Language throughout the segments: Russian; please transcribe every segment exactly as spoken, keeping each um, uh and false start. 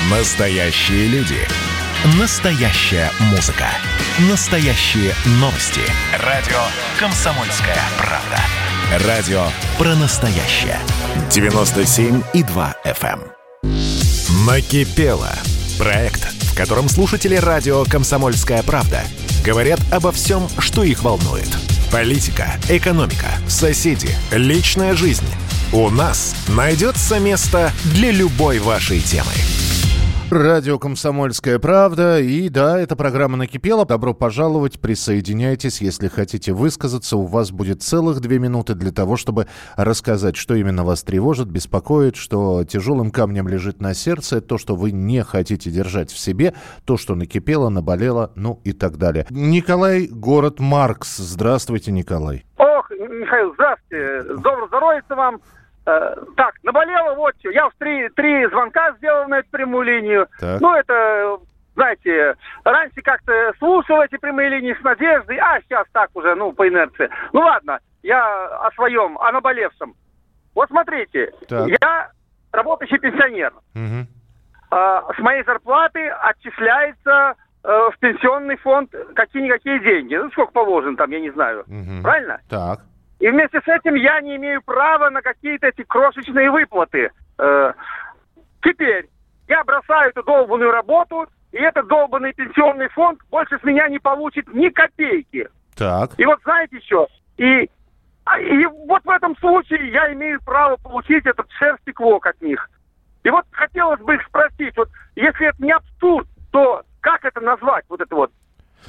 Настоящие люди. Настоящая музыка. Настоящие новости. Радио «Комсомольская правда». Радио про настоящее. девяносто семь и два эф эм. Накипело. Проект, в котором слушатели радио «Комсомольская правда» говорят обо всем, что их волнует. Политика, экономика, соседи, личная жизнь. У нас найдется место для любой вашей темы. Радио «Комсомольская правда». И да, эта программа «Накипела». Добро пожаловать, присоединяйтесь. Если хотите высказаться, у вас будет целых две минуты для того, чтобы рассказать, что именно вас тревожит, беспокоит, что тяжелым камнем лежит на сердце, то, что вы не хотите держать в себе, то, что накипело, наболело, ну и так далее. Николай, город Маркс. Здравствуйте, Николай. Ох, Михаил, здравствуйте. Доброго здоровья вам. Так, наболело вот что. Я в три, три звонка сделал на эту прямую линию. Так. Ну, это, знаете, раньше как-то слушал эти прямые линии с надеждой, а сейчас так уже, ну, по инерции. Ну, ладно, я о своем, о наболевшем. Вот смотрите, так. Я работающий пенсионер. Угу. А, с моей зарплаты отчисляется а, в пенсионный фонд какие-никакие деньги. Ну, сколько положено там, я не знаю. Угу. Правильно? Так. И вместе с этим я не имею права на какие-то эти крошечные выплаты. Э, теперь я бросаю эту долбанную работу, и этот долбанный пенсионный фонд больше с меня не получит ни копейки. Так. И вот знаете что? И, и вот в этом случае я имею право получить этот шерсть и клок от них. И вот хотелось бы их спросить, вот если это не абсурд, то как это назвать, вот это вот...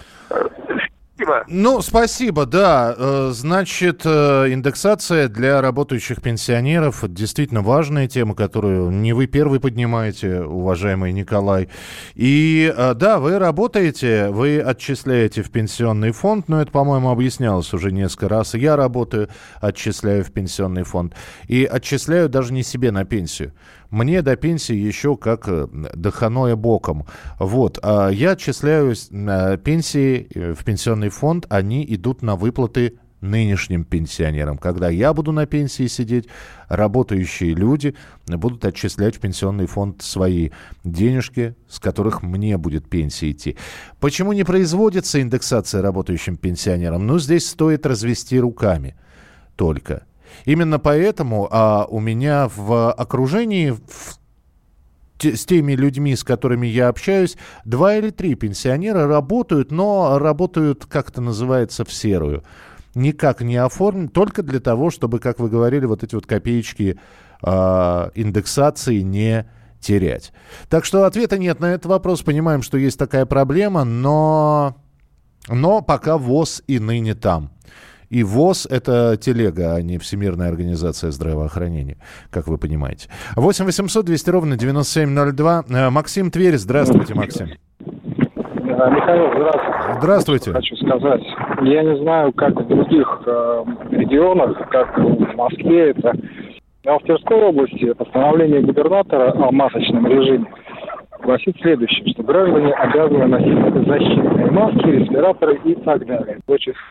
Ну, спасибо, да. Значит, индексация для работающих пенсионеров – действительно важная тема, которую не вы первый поднимаете, уважаемый Николай. И да, вы работаете, вы отчисляете в пенсионный фонд, но это, по-моему, объяснялось уже несколько раз. Я работаю, отчисляю в пенсионный фонд. И отчисляю даже не себе на пенсию. Мне до пенсии еще как до ханоя боком. Вот. А я отчисляю пенсии в пенсионный фонд, они идут на выплаты нынешним пенсионерам. Когда я буду на пенсии сидеть, работающие люди будут отчислять в пенсионный фонд свои денежки, с которых мне будет пенсия идти. Почему не производится индексация работающим пенсионерам? Ну, здесь стоит развести руками только. Именно поэтому а, у меня в окружении в, те, с теми людьми, с которыми я общаюсь, два или три пенсионера работают, но работают, как это называется, в серую. Никак не оформлены, только для того, чтобы, как вы говорили, вот эти вот копеечки а, индексации не терять. Так что ответа нет на этот вопрос. Понимаем, что есть такая проблема, но, но пока ВОЗ и ныне там. И ВОЗ – это телега, а не Всемирная организация здравоохранения, как вы понимаете. восемь восемьсот двести ровно девяносто семь ноль два. Максим, Тверь. Здравствуйте, Максим. Михаил, здравствуйте. Здравствуйте. Хочу сказать, я не знаю, как в других э, регионах, как в Москве это, но в Тверской области постановление губернатора о масочном режиме гласит следующее, что граждане обязаны носить защитные маски, респираторы и так далее.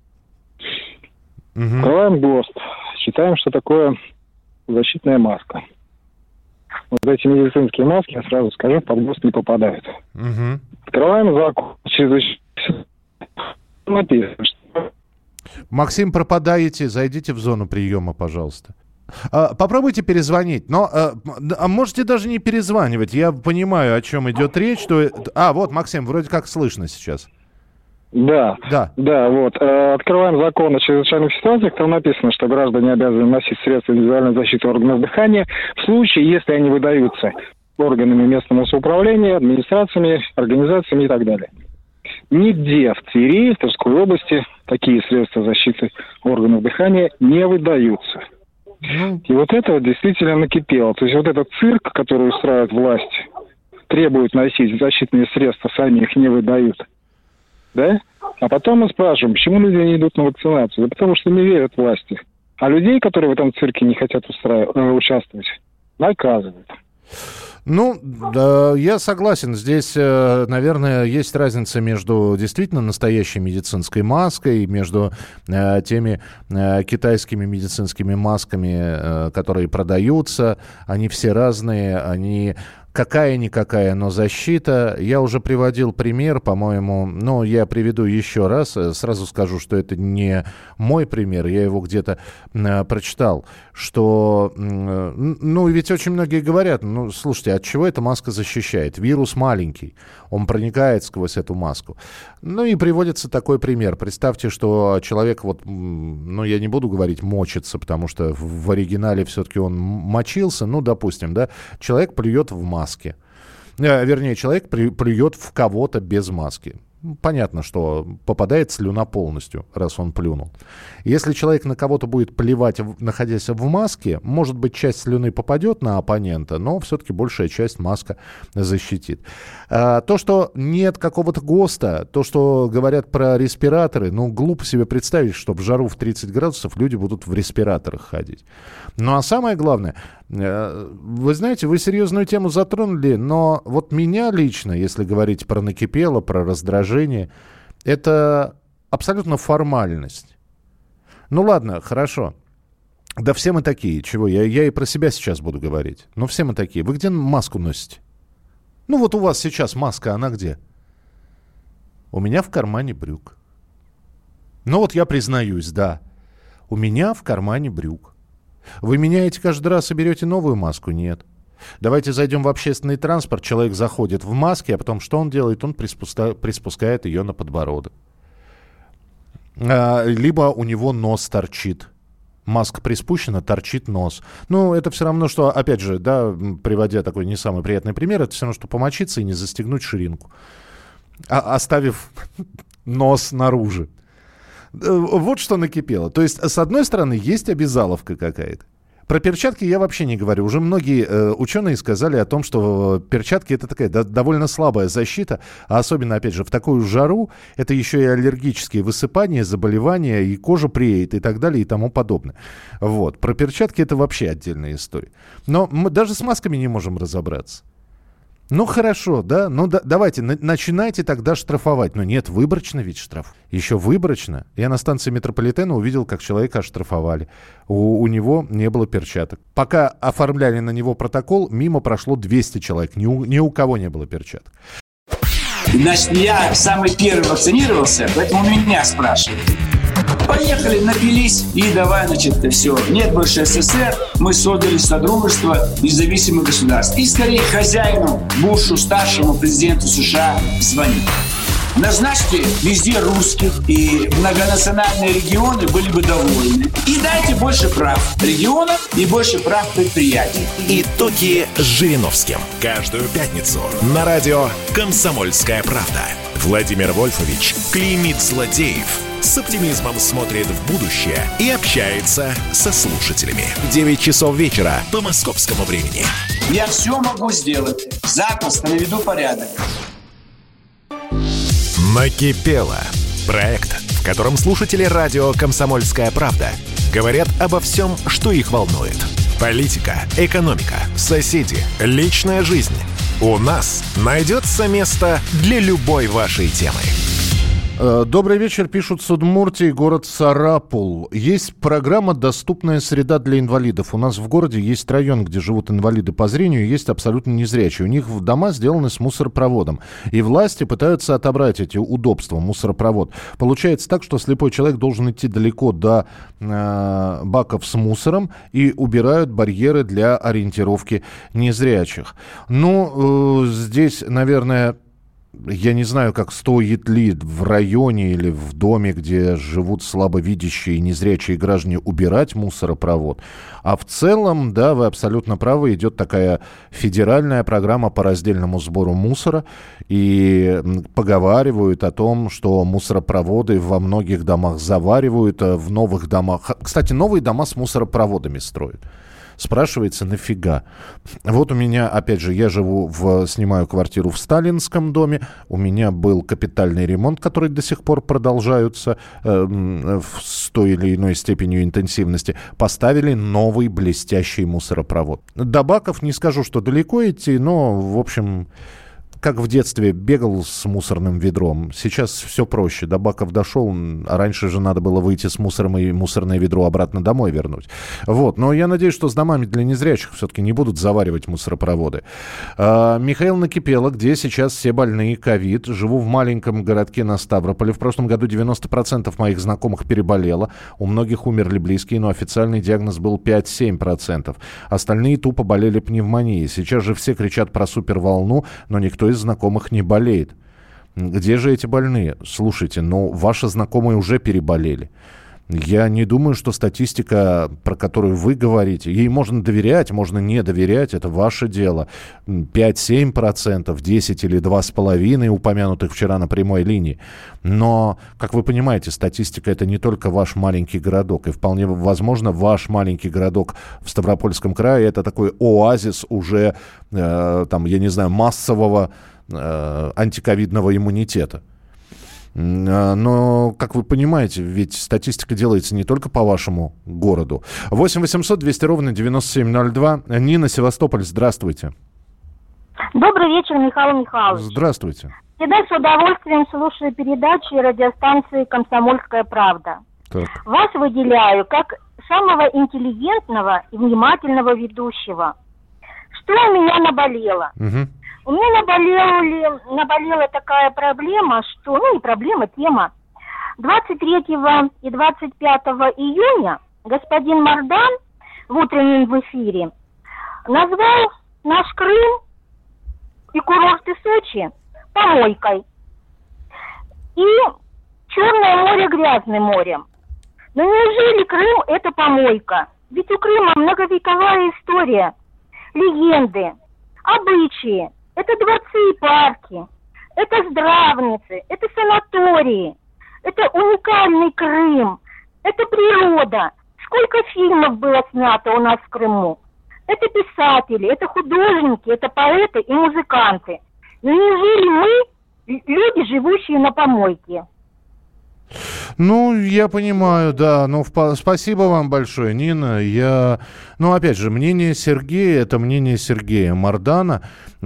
Угу. Открываем ГОСТ. Считаем, что такое защитная маска. Вот эти медицинские маски, я сразу скажу, под ГОСТ не попадают. Угу. Открываем закон. Максим, пропадаете, зайдите в зону приема, пожалуйста. А, попробуйте перезвонить, но а, а можете даже не перезванивать. Я понимаю, о чем идет речь. Что... А, вот, Максим, вроде как слышно сейчас. Да, да, да, вот. Э, открываем закон о чрезвычайных ситуациях, там написано, что граждане обязаны носить средства индивидуальной защиты органов дыхания в случае, если они выдаются органами местного самоуправления, администрациями, организациями и так далее. Нигде в Твери, в Тверской области такие средства защиты органов дыхания не выдаются. И вот это вот действительно накипело. То есть вот этот цирк, который устраивает власть, требует носить защитные средства, сами их не выдают. Да? А потом мы спрашиваем, почему люди не идут на вакцинацию? Да потому что не верят власти. А людей, которые в этом цирке не хотят устраив... участвовать, наказывают. Ну, да, я согласен. Здесь, наверное, есть разница между действительно настоящей медицинской маской, между э, теми э, китайскими медицинскими масками, э, которые продаются. Они все разные, они какая-никакая, но защита. Я уже приводил пример, по-моему, но я приведу еще раз. Сразу скажу, что это не мой пример, я его где-то э, прочитал, что, э, ну, ведь очень многие говорят, ну, слушайте, от чего эта маска защищает? Вирус маленький, он проникает сквозь эту маску. Ну, и приводится такой пример. Представьте, что человек, вот, ну, я не буду говорить мочится, потому что в оригинале все-таки он мочился, ну, допустим, да, человек плюет в маске. Вернее, человек плюет в кого-то без маски. Понятно, что попадает слюна полностью, раз он плюнул. Если человек на кого-то будет плевать, находясь в маске, может быть, часть слюны попадет на оппонента, но все-таки большая часть маска защитит. А, то, что нет какого-то ГОСТа, то, что говорят про респираторы, ну, глупо себе представить, что в жару в тридцать градусов люди будут в респираторах ходить. Ну, а самое главное, вы знаете, вы серьезную тему затронули, но вот меня лично, если говорить про накипело, про раздражение, это абсолютно формальность. Ну ладно, хорошо. Да все мы такие, чего? Я, я и про себя сейчас буду говорить. Но все мы такие. Вы где маску носите? Ну вот у вас сейчас маска, она где? У меня в кармане брюк. Ну вот я признаюсь, да. У меня в кармане брюк. Вы меняете каждый раз и берете новую маску? Нет. Давайте зайдем в общественный транспорт. Человек заходит в маске, а потом что он делает? Он приспуска... приспускает ее на подбородок. А, либо у него нос торчит. Маска приспущена, торчит нос. Ну, это все равно, что, опять же, да, приводя такой не самый приятный пример, это все равно, что помочиться и не застегнуть ширинку, а, оставив нос наружу. Вот что накипело. То есть, с одной стороны, есть обязаловка какая-то. Про перчатки я вообще не говорю. Уже многие э, ученые сказали о том, что перчатки — это такая да, довольно слабая защита, а особенно, опять же, в такую жару это еще и аллергические высыпания, заболевания, и кожа преет, и так далее, и тому подобное. Вот. Про перчатки это вообще отдельная история. Но мы даже с масками не можем разобраться. Ну, хорошо, да, ну да, давайте, на, начинайте тогда штрафовать. Но нет, выборочно ведь штраф. Еще выборочно. Я на станции метрополитена увидел, как человека оштрафовали. У, у него не было перчаток. Пока оформляли на него протокол, мимо прошло двести человек. Ни у, ни у кого не было перчаток. Значит, я самый первый вакцинировался, поэтому меня спрашивают. Поехали, напились и давай, значит, все. Нет больше СССР, мы создали Содружество независимых государств. И скорее хозяину, Бушу, старшему президенту США звонить. Назначьте везде русских, и многонациональные регионы были бы довольны. И дайте больше прав регионам и больше прав предприятий. Итоги с Жириновским. Каждую пятницу на радио «Комсомольская правда». Владимир Вольфович клеймит злодеев, с оптимизмом смотрит в будущее и общается со слушателями. девять часов вечера по московскому времени. Я все могу сделать. Запросто наведу порядок. Накипело. Проект, в котором слушатели радио «Комсомольская правда» говорят обо всем, что их волнует. Политика, экономика, соседи, личная жизнь. У нас найдется место для любой вашей темы. Добрый вечер, пишут с Удмуртии, город Сарапул. Есть программа «Доступная среда для инвалидов». У нас в городе есть район, где живут инвалиды по зрению, есть абсолютно незрячие. У них дома сделаны с мусоропроводом. И власти пытаются отобрать эти удобства, мусоропровод. Получается так, что слепой человек должен идти далеко до э, баков с мусором и убирают барьеры для ориентировки незрячих. Ну, э, здесь, наверное... Я не знаю, как стоит ли в районе или в доме, где живут слабовидящие и незрячие граждане, убирать мусоропровод. А в целом, да, вы абсолютно правы, идет такая федеральная программа по раздельному сбору мусора. И поговаривают о том, что мусоропроводы во многих домах заваривают, в новых домах... Кстати, новые дома с мусоропроводами строят. Спрашивается, нафига? Вот у меня, опять же, я живу, в, снимаю квартиру в сталинском доме. У меня был капитальный ремонт, который до сих пор продолжается э, с той или иной степенью интенсивности. Поставили новый блестящий мусоропровод. До баков не скажу, что далеко идти, но, в общем... как в детстве бегал с мусорным ведром. Сейчас все проще. До баков дошел, а раньше же надо было выйти с мусором и мусорное ведро обратно домой вернуть. Вот. Но я надеюсь, что с домами для незрячих все-таки не будут заваривать мусоропроводы. А, Михаил Накипело, где сейчас все больные ковид. Живу в маленьком городке на Ставрополе. В прошлом году девяносто процентов моих знакомых переболело. У многих умерли близкие, но официальный диагноз был пять-семь процентов. Остальные тупо болели пневмонией. Сейчас же все кричат про суперволну, но никто из знакомых не болеет. Где же эти больные? Слушайте, ну, ваши знакомые уже переболели. Я не думаю, что статистика, про которую вы говорите, ей можно доверять, можно не доверять, это ваше дело. пять-семь процентов, десять или два с половиной упомянутых вчера на прямой линии. Но, как вы понимаете, статистика — это не только ваш маленький городок. И вполне возможно, ваш маленький городок в Ставропольском крае — это такой оазис уже, э, там, я не знаю, массового э, антиковидного иммунитета. Но, как вы понимаете, ведь статистика делается не только по вашему городу. восемь восемьсот двести ровно девяносто семь ноль два. Нина, Севастополь, здравствуйте. Добрый вечер, Михаил Михайлович. Здравствуйте. Всегда с удовольствием слушаю передачи радиостанции «Комсомольская правда». Так. Вас выделяю как самого интеллигентного и внимательного ведущего. Что у меня наболело? Угу. У меня наболела, наболела такая проблема, что, ну не проблема, тема. двадцать третьего и двадцать пятого июня господин Мардан в утреннем в эфире назвал наш Крым и курорты Сочи помойкой. И Черное море грязным морем. Но неужели Крым это помойка? Ведь у Крыма многовековая история, легенды, обычаи. Это дворцы и парки, это здравницы, это санатории, это уникальный Крым, это природа. Сколько фильмов было снято у нас в Крыму? Это писатели, это художники, это поэты и музыканты. Но неужели мы люди, живущие на помойке? Ну, я понимаю, да. Ну, в... спасибо вам большое, Нина. Я... Ну, опять же, мнение Сергея — это мнение Сергея Мардана.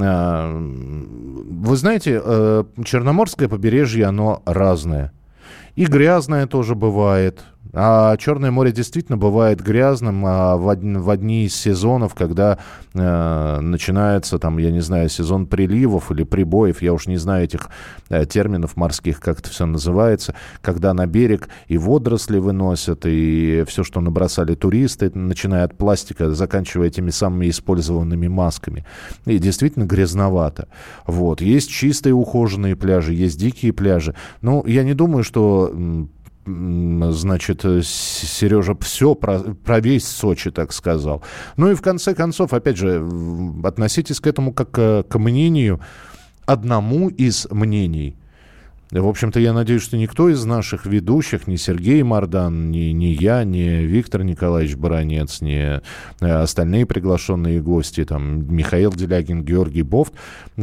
Вы знаете, Черноморское побережье, оно разное. И грязное тоже бывает. А Черное море действительно бывает грязным а в, од... в одни из сезонов, когда э, начинается, там, я не знаю, сезон приливов или прибоев, я уж не знаю этих э, терминов морских, как это все называется, когда на берег и водоросли выносят, и все, что набросали туристы, начиная от пластика, заканчивая этими самыми использованными масками. И действительно грязновато. Вот. Есть чистые ухоженные пляжи, есть дикие пляжи. Ну, я не думаю, что... Значит, Сережа все про, про весь Сочи так сказал. Ну и в конце концов, опять же, относитесь к этому как к, к мнению, одному из мнений. В общем-то, я надеюсь, что никто из наших ведущих, ни Сергей Мардан, ни, ни я, ни Виктор Николаевич Баранец, ни остальные приглашенные гости, там, Михаил Делягин, Георгий Бофт,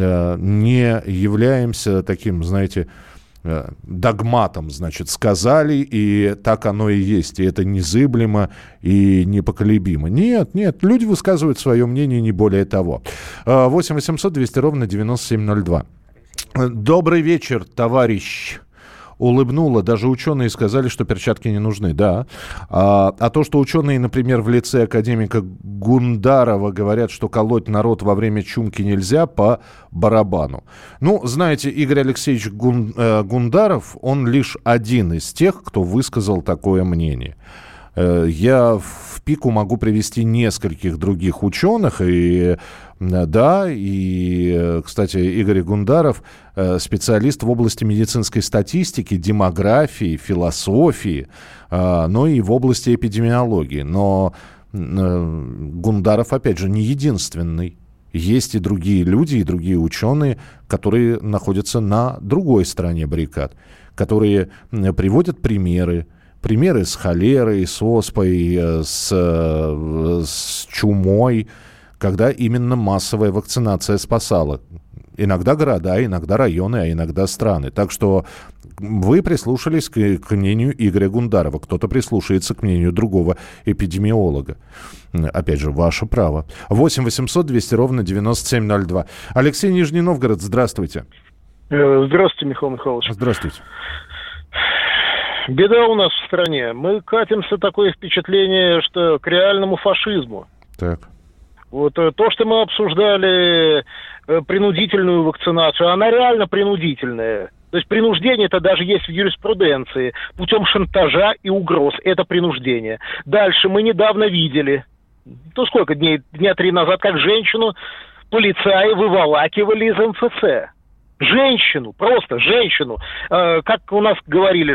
не являемся таким, знаете, догматом, значит, сказали, и так оно и есть, и это незыблемо и непоколебимо. Нет, нет, люди высказывают свое мнение, не более того. восемь восемьсот двести ровно девяносто семь ноль два. Добрый вечер, товарищ. Улыбнула. Даже ученые сказали, что перчатки не нужны. Да. А, а то, что ученые, например, в лице академика Гундарова говорят, что колоть народ во время чумки нельзя, по барабану. Ну, знаете, Игорь Алексеевич Гун, э, Гундаров, он лишь один из тех, кто высказал такое мнение. Э, я в пику могу привести нескольких других ученых, и да, и, кстати, Игорь Гундаров специалист в области медицинской статистики, демографии, философии, но и в области эпидемиологии. Но Гундаров, опять же, не единственный. Есть и другие люди, и другие ученые, которые находятся на другой стороне баррикад, которые приводят примеры. Примеры с холерой, с оспой, с, с чумой, когда именно массовая вакцинация спасала. Иногда города, иногда районы, а иногда страны. Так что вы прислушались к, к мнению Игоря Гундарова. Кто-то прислушается к мнению другого эпидемиолога. Опять же, ваше право. восемь восемьсот двести ровно девяносто семь ноль два. Алексей, Нижний Новгород, здравствуйте. Здравствуйте, Михаил Михайлович. Здравствуйте. Беда у нас в стране. Мы катимся, такое впечатление, что к реальному фашизму. Так. Вот то, что мы обсуждали, принудительную вакцинацию, она реально принудительная. То есть принуждение это даже есть в юриспруденции. Путем шантажа и угроз. Это принуждение. Дальше мы недавно видели, ну сколько дней, дня три назад, как женщину полицаи выволакивали из эм эф цэ. Женщину, просто женщину. Э, как у нас говорили,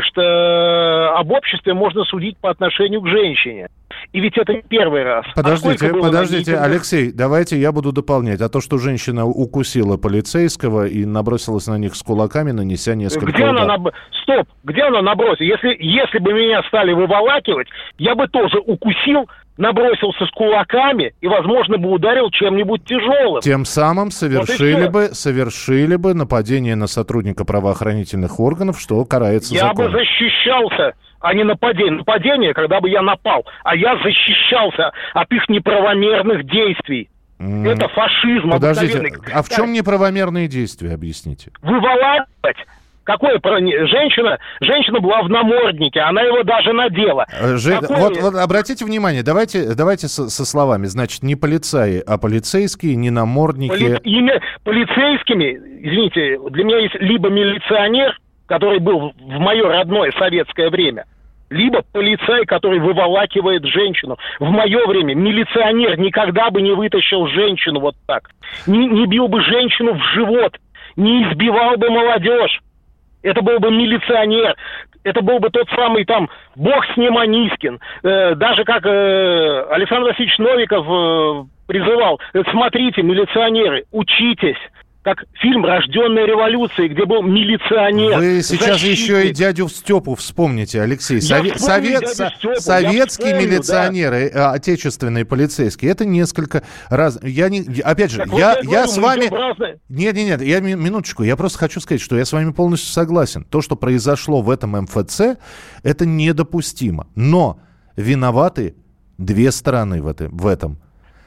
что об обществе можно судить по отношению к женщине. И ведь это не первый раз. Подождите, а подождите, Алексей, давайте я буду дополнять. А то, что женщина укусила полицейского и набросилась на них с кулаками, нанеся несколько где ударов. Она наб... Стоп, где она набросила? Если, если бы меня стали выволакивать, я бы тоже укусил, набросился с кулаками и, возможно, бы ударил чем-нибудь тяжелым. Тем самым совершили, вот бы, совершили бы нападение на сотрудника правоохранительных органов, что карается я законом. Я бы защищался, а не нападение. Нападение, когда бы я напал, а я защищался от их неправомерных действий. Mm. Это фашизм. Подождите, а в чем неправомерные действия, объясните? Выволакивать. Какое женщина? Женщина была в наморднике, она его даже надела. Же... Какое... Вот, вот обратите внимание, давайте, давайте со, со словами. Значит, не полицаи, а полицейские, не намордники. Поли... Имя... Полицейскими, извините, для меня есть либо милиционер, который был в мое родное советское время, либо полицай, который выволакивает женщину. В мое время милиционер никогда бы не вытащил женщину вот так. Не, не бил бы женщину в живот, не избивал бы молодежь. Это был бы милиционер, это был бы тот самый там, бог с ним Анискин. Э, даже как э, Александр Васильевич Новиков э, призывал, смотрите, милиционеры, учитесь. Как фильм «Рожденная революцией», где был милиционер. Вы сейчас защитник. Еще и дядю Степу вспомните, Алексей. Сове- совет- Степу, советские вспомню, милиционеры, да. Отечественные полицейские, это несколько раз. Я не, опять же, так я, вот я, я с вами... Нет, нет, нет, я минуточку. Я просто хочу сказать, что я с вами полностью согласен. То, что произошло в этом эм эф цэ, это недопустимо. Но виноваты две стороны в этом. В этом.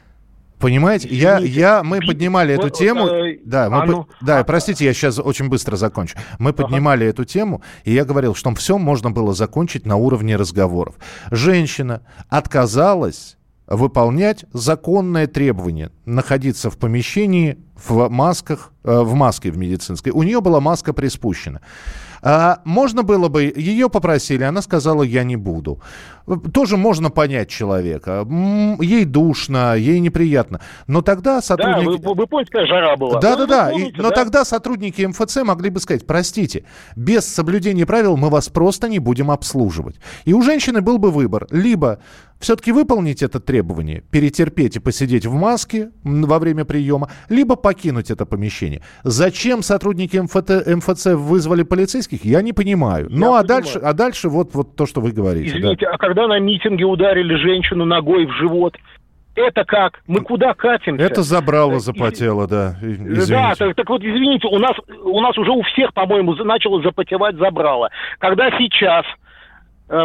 Понимаете, я, я, мы поднимали эту тему, да, мы, а ну, да, простите, я сейчас очень быстро закончу. Мы поднимали ага. эту тему, и я говорил, что все можно было закончить на уровне разговоров. Женщина отказалась выполнять законное требование находиться в помещении в масках, в маске в медицинской. У нее была маска приспущена. А можно было бы, ее попросили, она сказала, я не буду. Тоже можно понять человека. Ей душно, ей неприятно. Но тогда сотрудники... Да, вы, вы помните, какая жара была? Да, да, да. Помните, и, но да? тогда сотрудники эм эф цэ могли бы сказать, простите, без соблюдения правил мы вас просто не будем обслуживать. И у женщины был бы выбор. Либо все-таки выполнить это требование, перетерпеть и посидеть в маске во время приема, либо покинуть это помещение. Зачем сотрудники эм эф цэ вызвали полицейских, я не понимаю. Ну, а дальше, а дальше вот, вот то, что вы говорите. Извините, да. а когда на митинге ударили женщину ногой в живот, это как? Мы куда катимся? Это забрало, запотело, да. Извините. Да, так, так вот, извините, у нас, у нас уже у всех, по-моему, начало запотевать забрало. Когда сейчас э,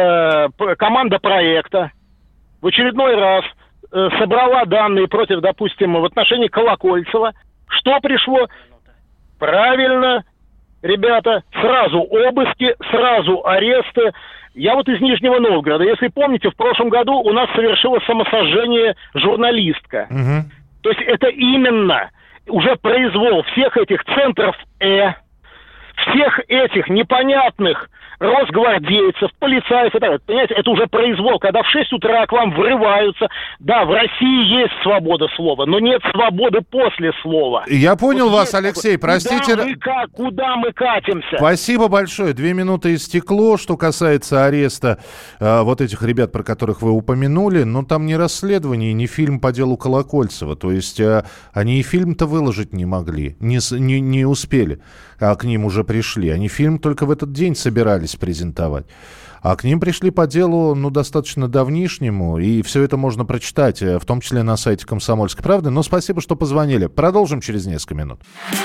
э, команда проекта в очередной раз э, собрала данные против, допустим, в отношении Колокольцева, что пришло? Правильно, ребята, сразу обыски, сразу аресты. Я вот из Нижнего Новгорода. Если помните, в прошлом году у нас совершила самосожжение журналистка. Угу. То есть это именно уже произвол всех этих центров Э, всех этих непонятных росгвардейцев, полицаев и так далее. Понимаете, это уже произвол, когда в шесть утра к вам врываются. Да, в России есть свобода слова, но нет свободы после слова. Я понял вот вас, есть... Алексей, простите. Куда мы, как, куда мы катимся? Спасибо большое. Две минуты истекло. Что касается ареста э, вот этих ребят, про которых вы упомянули, но там не расследование, не фильм по делу Колокольцева. То есть э, они и фильм-то выложить не могли, не, не, не успели. А к ним уже пришли. Они фильм только в этот день собирались презентовать. А к ним пришли по делу, ну, достаточно давнишнему, и все это можно прочитать, в том числе на сайте «Комсомольской правды». Но спасибо, что позвонили. Продолжим через несколько минут.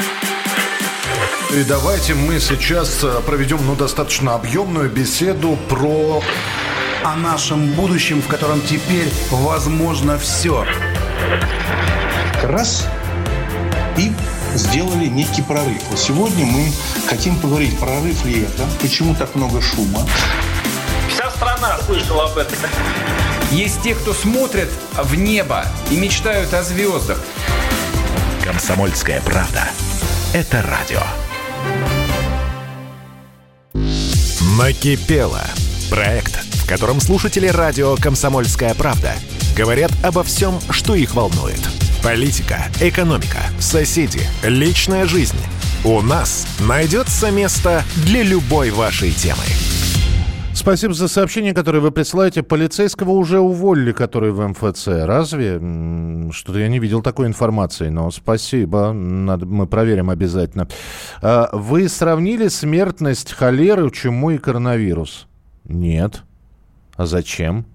И давайте мы сейчас проведем, ну, достаточно объемную беседу про... о нашем будущем, в котором теперь возможно все. Раз и сделали некий прорыв. Вот сегодня мы хотим поговорить, прорыв ли это, почему так много шума. Вся страна слышала об этом. Есть те, кто смотрят в небо и мечтают о звездах. «Комсомольская правда» — это радио. Накипело. Проект, в котором слушатели радио «Комсомольская правда» говорят обо всем, что их волнует. Политика, экономика, соседи, личная жизнь. У нас найдется место для любой вашей темы. Спасибо за сообщение, которое вы присылаете. Полицейского уже уволили, который в эм эф цэ. Разве? Что-то я не видел такой информации, но спасибо. Надо, мы проверим обязательно. Вы сравнили смертность холеры, чуму и коронавирус? Нет. А зачем?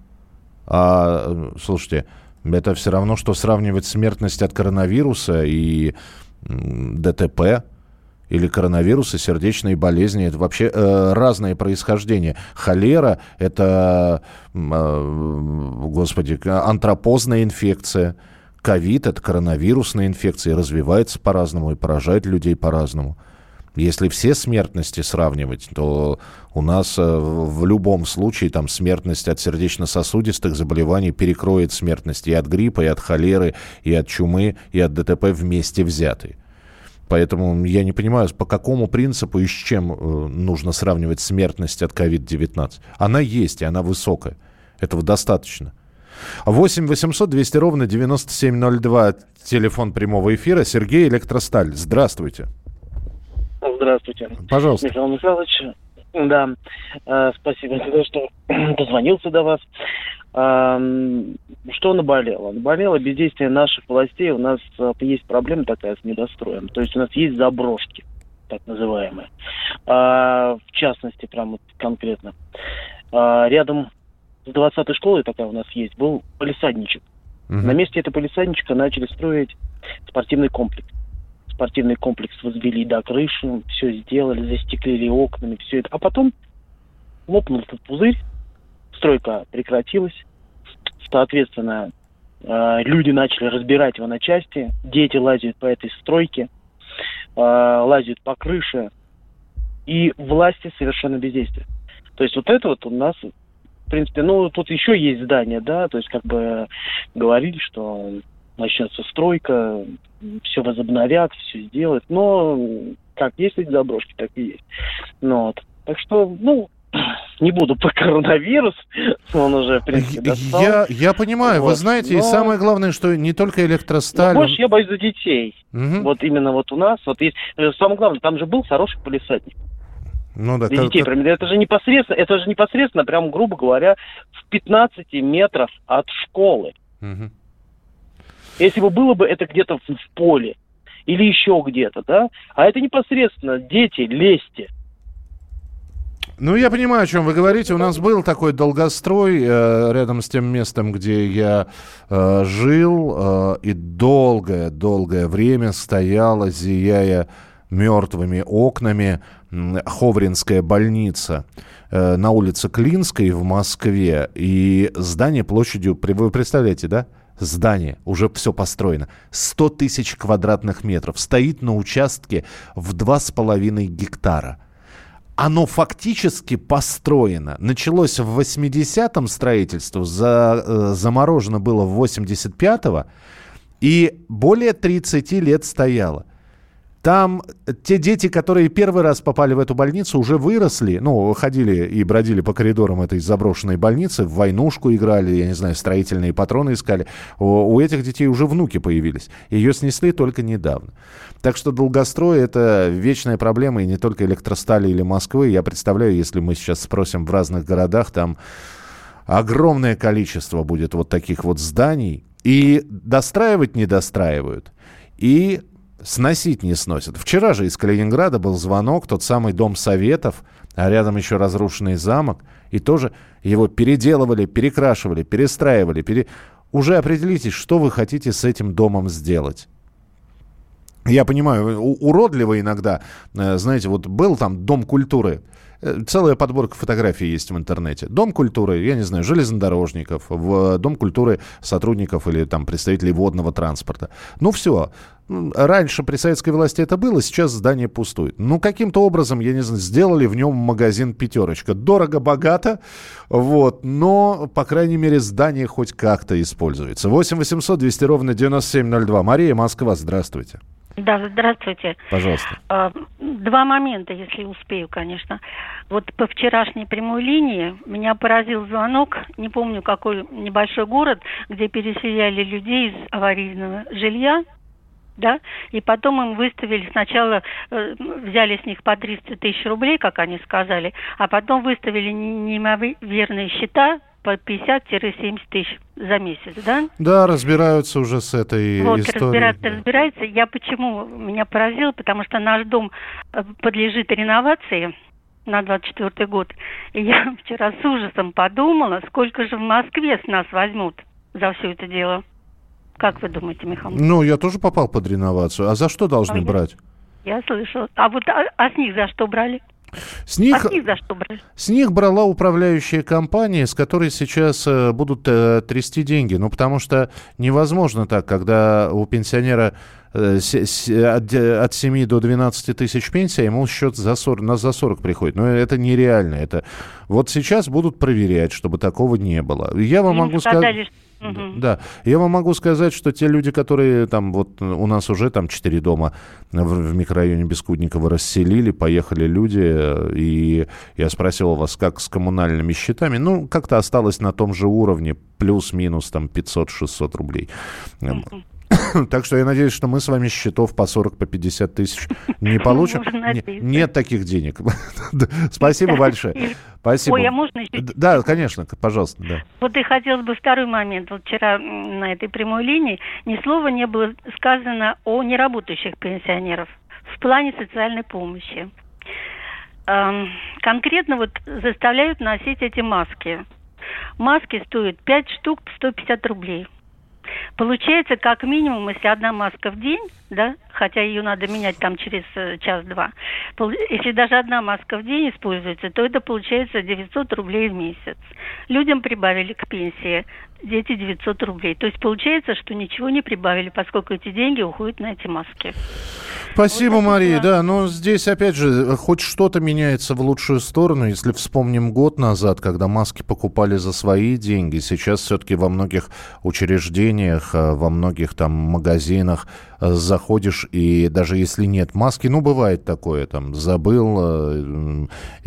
А, слушайте, это все равно, что сравнивать смертность от коронавируса и дэ тэ пэ. Или коронавирус и сердечные болезни. Это вообще э, разное происхождение. Холера – это, э, господи, антропозная инфекция. Ковид – это коронавирусная инфекция. И развивается по-разному, и поражает людей по-разному. Если все смертности сравнивать, то у нас э, в любом случае там смертность от сердечно-сосудистых заболеваний перекроет смертность и от гриппа, и от холеры, и от чумы, и от дэ тэ пэ вместе взятые. Поэтому я не понимаю, по какому принципу и с чем э, нужно сравнивать смертность от ковид девятнадцать. Она есть, и она высокая. Этого достаточно. восемь восемьсот двести ровно девяносто семь ноль два. Телефон прямого эфира. Сергей, Электросталь. Здравствуйте. Здравствуйте. Пожалуйста. Михаил Михайлович. Да, э, спасибо за то, что дозвонился до вас. Э, что наболело? Наболело бездействие наших властей. У нас э, есть проблема такая с недостроем. То есть у нас есть заброшки, так называемые. Э, в частности, прям вот конкретно. Э, рядом с двадцатой школой, такая у нас есть, был палисадничек. Uh-huh. На месте этого палисадничка начали строить спортивный комплекс. Спортивный комплекс возвели до крыши, все сделали, застеклили окнами, все это. А потом лопнул этот пузырь, стройка прекратилась. Соответственно, люди начали разбирать его на части, дети лазят по этой стройке, лазят по крыше, и власти совершенно бездействуют. То есть вот это вот у нас, в принципе, ну, тут еще есть здание, да, то есть как бы говорили, что начнется стройка, все возобновят, все сделают. Но как есть эти заброшки, так и есть. Ну, вот. Так что, ну, не буду по коронавирусу, он уже, в принципе, достал. Я, я понимаю, вот. Вы знаете, но... и самое главное, что не только Электросталь... Но больше я боюсь за детей. Угу. Вот именно вот у нас, вот есть... Самое главное, там же был хороший палисадник. Ну, да, для как, детей. как... Это же непосредственно, это же непосредственно, прям, грубо говоря, в пятнадцати метрах от школы. Угу. Если бы было бы это где-то в, в поле или еще где-то, да, а это непосредственно дети, лезьте. Ну, я понимаю, о чем вы говорите. У нас был такой долгострой э, рядом с тем местом, где я э, жил, э, и долгое-долгое время стояла, зияя мертвыми окнами, Ховринская больница э, на улице Клинской в Москве. И здание площадью, вы представляете, да? Здание, уже все построено. сто тысяч квадратных метров. Стоит на участке в два с половиной гектара. Оно фактически построено. Началось в восьмидесятом строительство, за, э, заморожено было в восемьдесят пятом, и более тридцати лет стояло. Там те дети, которые первый раз попали в эту больницу, уже выросли, ну, ходили и бродили по коридорам этой заброшенной больницы, в войнушку играли, я не знаю, строительные патроны искали. У, у этих детей уже внуки появились. Ее снесли только недавно. Так что долгострой – это вечная проблема, и не только Электростали или Москвы. Я представляю, если мы сейчас спросим в разных городах, там огромное количество будет вот таких вот зданий. И достраивать не достраивают. И сносить не сносят. Вчера же из Калининграда был звонок, тот самый Дом Советов, а рядом еще разрушенный замок. И тоже его переделывали, перекрашивали, перестраивали. Пере... Уже определитесь, что вы хотите с этим домом сделать. Я понимаю, уродливо иногда. Знаете, вот был там Дом культуры. Целая подборка фотографий есть в интернете. Дом культуры, я не знаю, железнодорожников, в Дом культуры сотрудников или там представителей водного транспорта. Ну все. Раньше при советской власти это было, сейчас здание пустует. Ну, каким-то образом, я не знаю, сделали в нем магазин «Пятерочка». Дорого-богато, вот, но, по крайней мере, здание хоть как-то используется. восемь восемьсот двести ровно девяносто семь ноль два. Мария, Москва, здравствуйте. Да, здравствуйте. Пожалуйста. Два момента, если успею, конечно. Вот по вчерашней прямой линии меня поразил звонок, не помню, какой небольшой город, где переселяли людей из аварийного жилья, да, и потом им выставили, сначала э, взяли с них по триста тысяч рублей, как они сказали, а потом выставили неимоверные счета по пятьдесят-семьдесят тысяч за месяц, да? Да, разбираются уже с этой вот, историей. Вот, разбираются, разбираются. Я почему меня поразило, потому что наш дом подлежит реновации на двадцать четвёртый год. И я вчера с ужасом подумала, сколько же в Москве с нас возьмут за все это дело. Как вы думаете, Михаил? Ну, я тоже попал под реновацию. А за что должны а брать? Я, я слышала. А вот а, а с них за что брали? С них, а с них за что брали? С них брала управляющая компания, с которой сейчас э, будут э, трясти деньги. Ну, потому что невозможно так, когда у пенсионера э, с, с, от, от семи до двенадцати тысяч пенсия, ему счет за сорок, на за сорок приходит. Но это нереально. Это... Вот сейчас будут проверять, чтобы такого не было. Я вам Им могу сказали, сказать... Угу. Да, я вам могу сказать, что те люди, которые там, вот у нас уже там четыре дома в, в микрорайоне Бескудникова расселили, поехали люди, и я спросил вас, как с коммунальными счетами, ну, как-то осталось на том же уровне, плюс-минус там пятьсот-шестьсот рублей. Угу. Так что я надеюсь, что мы с вами счетов по сорок, по пятьдесят тысяч не получим. Нет таких денег. Спасибо большое. Спасибо. Ой, а можно еще? Да, конечно, пожалуйста. Да. Вот и хотелось бы второй момент. Вот вчера на этой прямой линии ни слова не было сказано о неработающих пенсионерах в плане социальной помощи. Эм, конкретно вот заставляют носить эти маски. Маски стоят пять штук по сто пятьдесят рублей. Получается, как минимум, если одна маска в день, да, хотя ее надо менять там через э, час-два, если даже одна маска в день используется, то это получается девятьсот рублей в месяц. Людям прибавили к пенсии эти девятьсот рублей. То есть получается, что ничего не прибавили, поскольку эти деньги уходят на эти маски. Спасибо, вот Мария. Да, но здесь, опять же, хоть что-то меняется в лучшую сторону. Если вспомним год назад, когда маски покупали за свои деньги, сейчас все-таки во многих учреждениях, во многих там магазинах заходишь, и даже если нет маски, ну, бывает такое, там, забыл,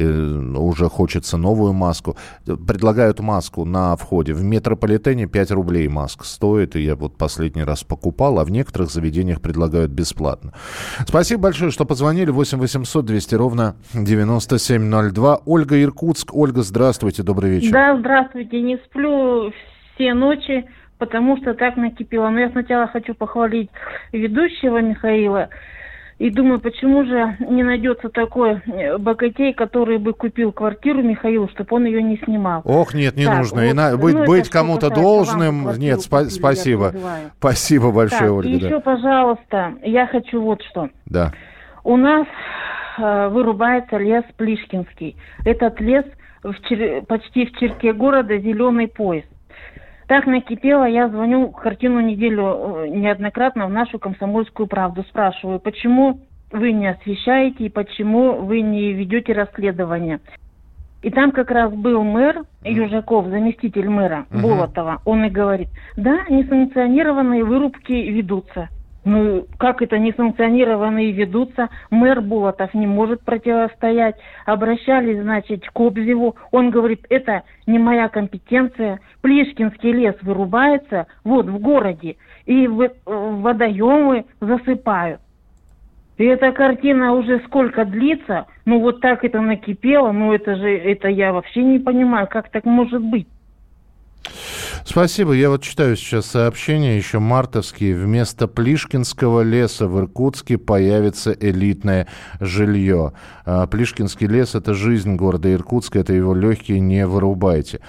уже хочется новую маску. Предлагают маску на входе. В метрополитене пять рублей маска стоит, и я вот последний раз покупал, а в некоторых заведениях предлагают бесплатно. Спасибо большое, что позвонили. восемь восемьсот двести ровно девяносто семь ноль два. Ольга, Иркутск. Ольга, здравствуйте, добрый вечер. Да, здравствуйте. Не сплю все ночи, потому что так накипело. Но я сначала хочу похвалить ведущего Михаила. И думаю, почему же не найдется такой богатей, который бы купил квартиру Михаилу, чтобы он ее не снимал. Ох, нет, не так, нужно. Вот, на... Быть, ну, быть кому-то должным. Нет, спа- купили, спасибо. Спасибо большое, так, Ольга. И да. еще, пожалуйста, я хочу вот что. Да. У нас э, вырубается лес Плишкинский. Этот лес в чер... почти в черте города зеленый пояс. Так накипело, я звоню картину неделю неоднократно в нашу «Комсомольскую правду». Спрашиваю, почему вы не освещаете и почему вы не ведете расследование. И там как раз был мэр Южаков, заместитель мэра uh-huh. Болотова. Он и говорит, да, несанкционированные вырубки ведутся. Ну, как это несанкционированные ведутся? Мэр Болотов не может противостоять. Обращались, значит, к Кобзеву. Он говорит, это не моя компетенция. Плишкинский лес вырубается вот в городе. И в, в водоемы засыпают. И эта картина уже сколько длится. Ну, вот так это накипело. Ну, это же, это я вообще не понимаю, как так может быть. Спасибо. Я вот читаю сейчас сообщение, еще мартовские. Вместо Плишкинского леса в Иркутске появится элитное жилье. Плишкинский лес – это жизнь города Иркутска, это его легкие, не вырубайте.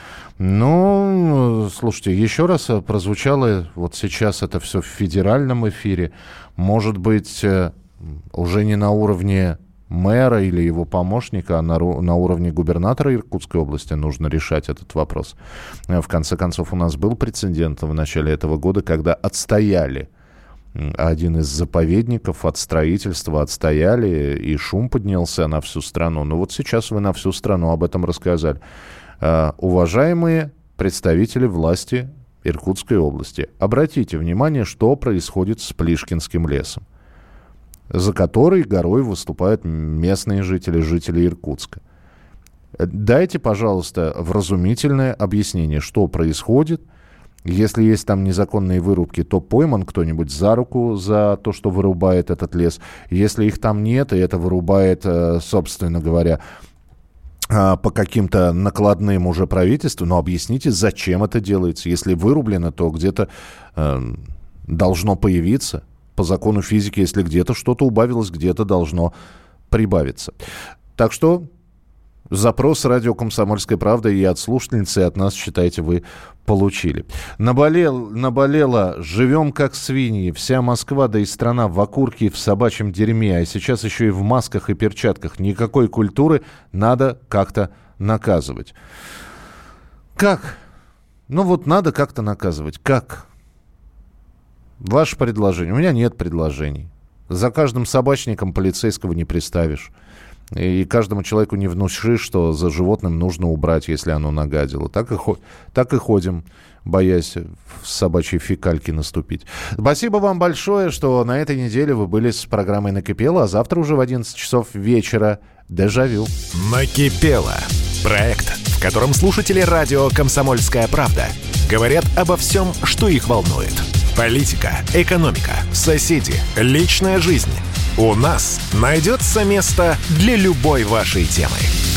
Ну, слушайте, еще раз прозвучало, вот сейчас это все в федеральном эфире. Может быть, уже не на уровне мэра или его помощника, а на, на уровне губернатора Иркутской области нужно решать этот вопрос. В конце концов, у нас был прецедент в начале этого года, когда отстояли один из заповедников от строительства, отстояли, и шум поднялся на всю страну. Но вот сейчас вы на всю страну об этом рассказали. Уважаемые представители власти Иркутской области, обратите внимание, что происходит с Плишкинским лесом, за который горой выступают местные жители, жители Иркутска. Дайте, пожалуйста, вразумительное объяснение, что происходит. Если есть там незаконные вырубки, то пойман кто-нибудь за руку за то, что вырубает этот лес. Если их там нет, и это вырубает, собственно говоря, по каким-то накладным уже правительству, но объясните, зачем это делается. Если вырублено, то где-то э, должно появиться. По закону физики, если где-то что-то убавилось, где-то должно прибавиться. Так что запрос радио «Комсомольская правда» и от слушательницы, и от нас, считайте, вы получили. Наболел, наболело «Живем как свиньи». Вся Москва, да и страна в окурке и в собачьем дерьме. А сейчас еще и в масках и перчатках. Никакой культуры, надо как-то наказывать. Как? Ну вот надо как-то наказывать. Как? Ваше предложение. У меня нет предложений. За каждым собачником полицейского не приставишь. И каждому человеку не внушишь, что за животным нужно убрать, если оно нагадило. Так и, так и ходим, боясь в собачьи фекальки наступить. Спасибо вам большое, что на этой неделе вы были с программой «Накипело», а завтра уже в одиннадцать часов вечера «Дежавю». «Накипело» – проект, в котором слушатели радио «Комсомольская правда» говорят обо всем, что их волнует. Политика, экономика, соседи, личная жизнь. У нас найдется место для любой вашей темы.